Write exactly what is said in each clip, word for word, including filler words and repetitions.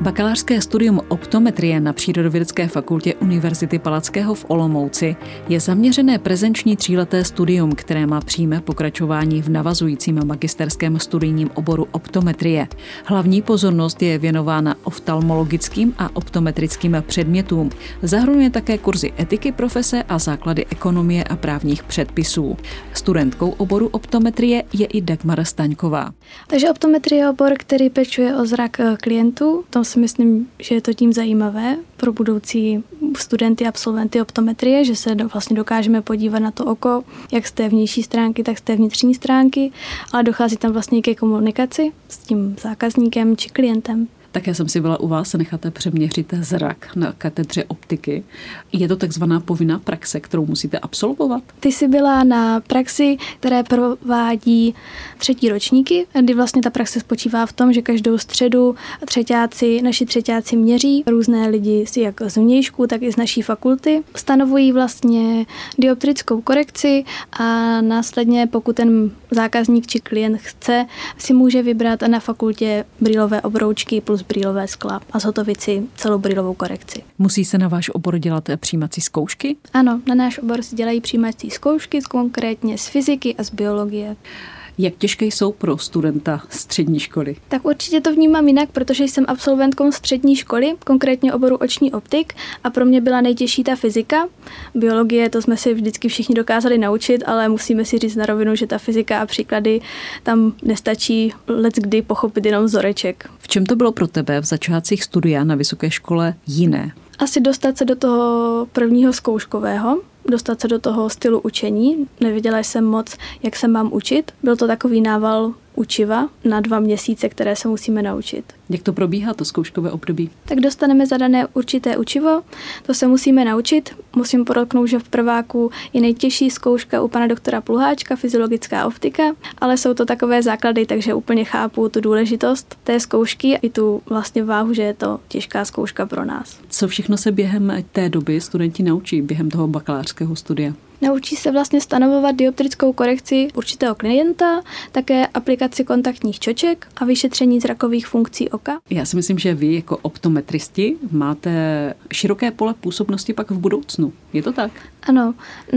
Bakalářské studium optometrie na Přírodovědecké fakultě Univerzity Palackého v Olomouci je zaměřené prezenční tříleté studium, které má přímé pokračování v navazujícím magisterském studijním oboru optometrie. Hlavní pozornost je věnována oftalmologickým a optometrickým předmětům. Zahrnuje také kurzy etiky profese a základy ekonomie a právních předpisů. Studentkou oboru optometrie je i Dagmar Staňková. Takže optometrie je obor, který pečuje o zrak klientů. To si myslím, že je to tím zajímavé pro budoucí studenty, absolventy optometrie, že se do, vlastně dokážeme podívat na to oko, jak z té vnější stránky, tak z té vnitřní stránky, ale dochází tam vlastně ke komunikaci s tím zákazníkem či klientem. Také jsem si byla u vás, necháte přeměřit zrak na katedře optiky. Je to takzvaná povinná praxe, kterou musíte absolvovat? Ty jsi byla na praxi, které provádí třetí ročníky, kdy vlastně ta praxe spočívá v tom, že každou středu třeťáci, naši třeťáci měří různé lidi jak z vnějšku, tak i z naší fakulty. Stanovují vlastně dioptrickou korekci a následně, pokud ten zákazník či klient chce, si může vybrat na fakultě brýlové obroučky plus brýlové skla a zhotovit si celou brýlovou korekci. Musí se na váš obor dělat přijímací zkoušky? Ano, na náš obor si dělají přijímací zkoušky, konkrétně z fyziky a z biologie. Jak těžké jsou pro studenta střední školy? Tak určitě to vnímám jinak, protože jsem absolventkou střední školy, konkrétně oboru oční optik, a pro mě byla nejtěžší ta fyzika. Biologie, to jsme si vždycky všichni dokázali naučit, ale musíme si říct na rovinu, že ta fyzika a příklady tam nestačí leckdy pochopit jenom vzoreček. V čem to bylo pro tebe v začátcích studia na vysoké škole jiné? Asi dostat se do toho prvního zkouškového, dostat se do toho stylu učení. Nevěděla jsem moc, jak se mám učit. Byl to takový nával učiva na dva měsíce, které se musíme naučit. Jak to probíhá, to zkouškové období? Tak dostaneme zadané určité učivo, to se musíme naučit. Musím podotknout, že v prváku je nejtěžší zkouška u pana doktora Pluháčka, fyziologická optika, ale jsou to takové základy, takže úplně chápu tu důležitost té zkoušky i tu vlastně váhu, že je to těžká zkouška pro nás. Co všechno se během té doby studenti naučí, během toho bakalářského studia? Naučí se vlastně stanovovat dioptrickou korekci určitého klienta, také aplikaci kontaktních čoček a vyšetření zrakových funkcí oka. Já si myslím, že vy jako optometristi máte široké pole působnosti pak v budoucnu. Je to tak? Ano,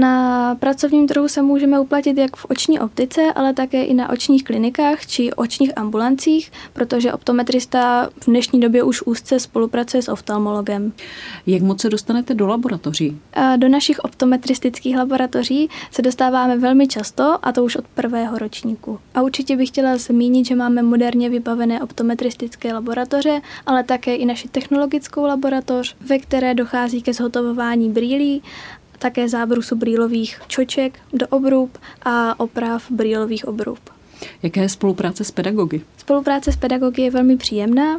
na pracovním trhu se můžeme uplatit jak v oční optice, ale také i na očních klinikách či očních ambulancích, protože optometrista v dnešní době už úzce spolupracuje s oftalmologem. Jak moc se dostanete do laboratoří? A do našich optometristických laboratoří se dostáváme velmi často, a to už od prvého ročníku. A určitě bych chtěla zmínit, že máme moderně vybavené optometristické laboratoře, ale také i naši technologickou laboratoř, ve které dochází ke zhotovování brýlí, také zábrusu brýlových čoček do obrub a oprav brýlových obrub. Jaká je spolupráce s pedagogy? Spolupráce s pedagogy je velmi příjemná.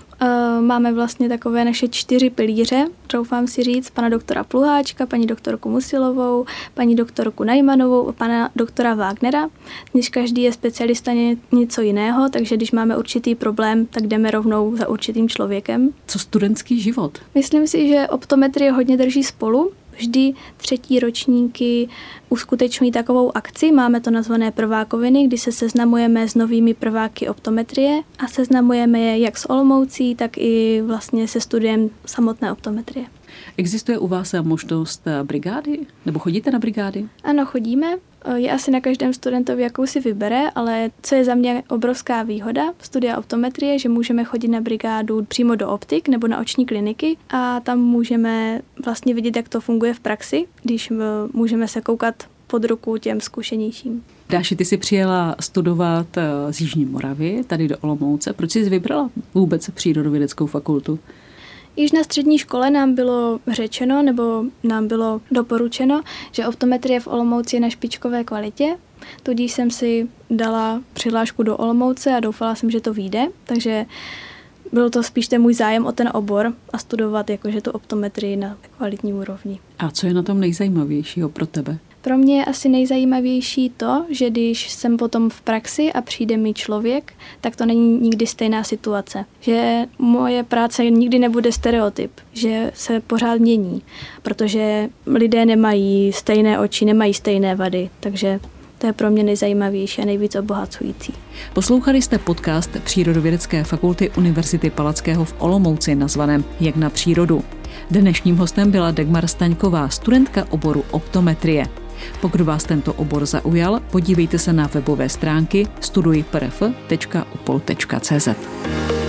Máme vlastně takové naše čtyři pilíře, troufám si říct, pana doktora Pluháčka, paní doktorku Musilovou, paní doktorku Najmanovou a pana doktora Wagnera. Když každý je specialista něco jiného, takže když máme určitý problém, tak jdeme rovnou za určitým člověkem. Co studentský život? Myslím si, že optometrie hodně drží spolu. Vždy třetí ročníky uskutečňují takovou akci, máme to nazvané prvákoviny, kdy se seznamujeme s novými prváky optometrie a seznamujeme je jak s Olomoucí, tak i vlastně se studiem samotné optometrie. Existuje u vás možnost brigády? Nebo chodíte na brigády? Ano, chodíme. Je asi na každém studentovi, jakou si vybere, ale co je za mě obrovská výhoda studia optometrie, že můžeme chodit na brigádu přímo do optik nebo na oční kliniky a tam můžeme vlastně vidět, jak to funguje v praxi, když můžeme se koukat pod ruku těm zkušenějším. Dáši, ty jsi přijela studovat z Jižní Moravy, tady do Olomouce. Proč jsi vybrala vůbec Přírodovědeckou fakultu? Již na střední škole nám bylo řečeno, nebo nám bylo doporučeno, že optometrie v Olomouci je na špičkové kvalitě, tudíž jsem si dala přihlášku do Olomouce a doufala jsem, že to vyjde, takže byl to spíš ten můj zájem o ten obor a studovat jakože tu optometrii na kvalitní úrovni. A co je na tom nejzajímavějšího pro tebe? Pro mě je asi nejzajímavější to, že když jsem potom v praxi a přijde mi člověk, tak to není nikdy stejná situace. Že moje práce nikdy nebude stereotyp, že se pořád mění, protože lidé nemají stejné oči, nemají stejné vady, takže To je pro mě nejzajímavější a nejvíc obohacující. Poslouchali jste podcast Přírodovědecké fakulty Univerzity Palackého v Olomouci nazvaném Jak na přírodu. Dnešním hostem byla Dagmar Staňková, studentka oboru optometrie. Pokud vás tento obor zaujal, podívejte se na webové stránky studuj p r f tečka u p o l tečka c z.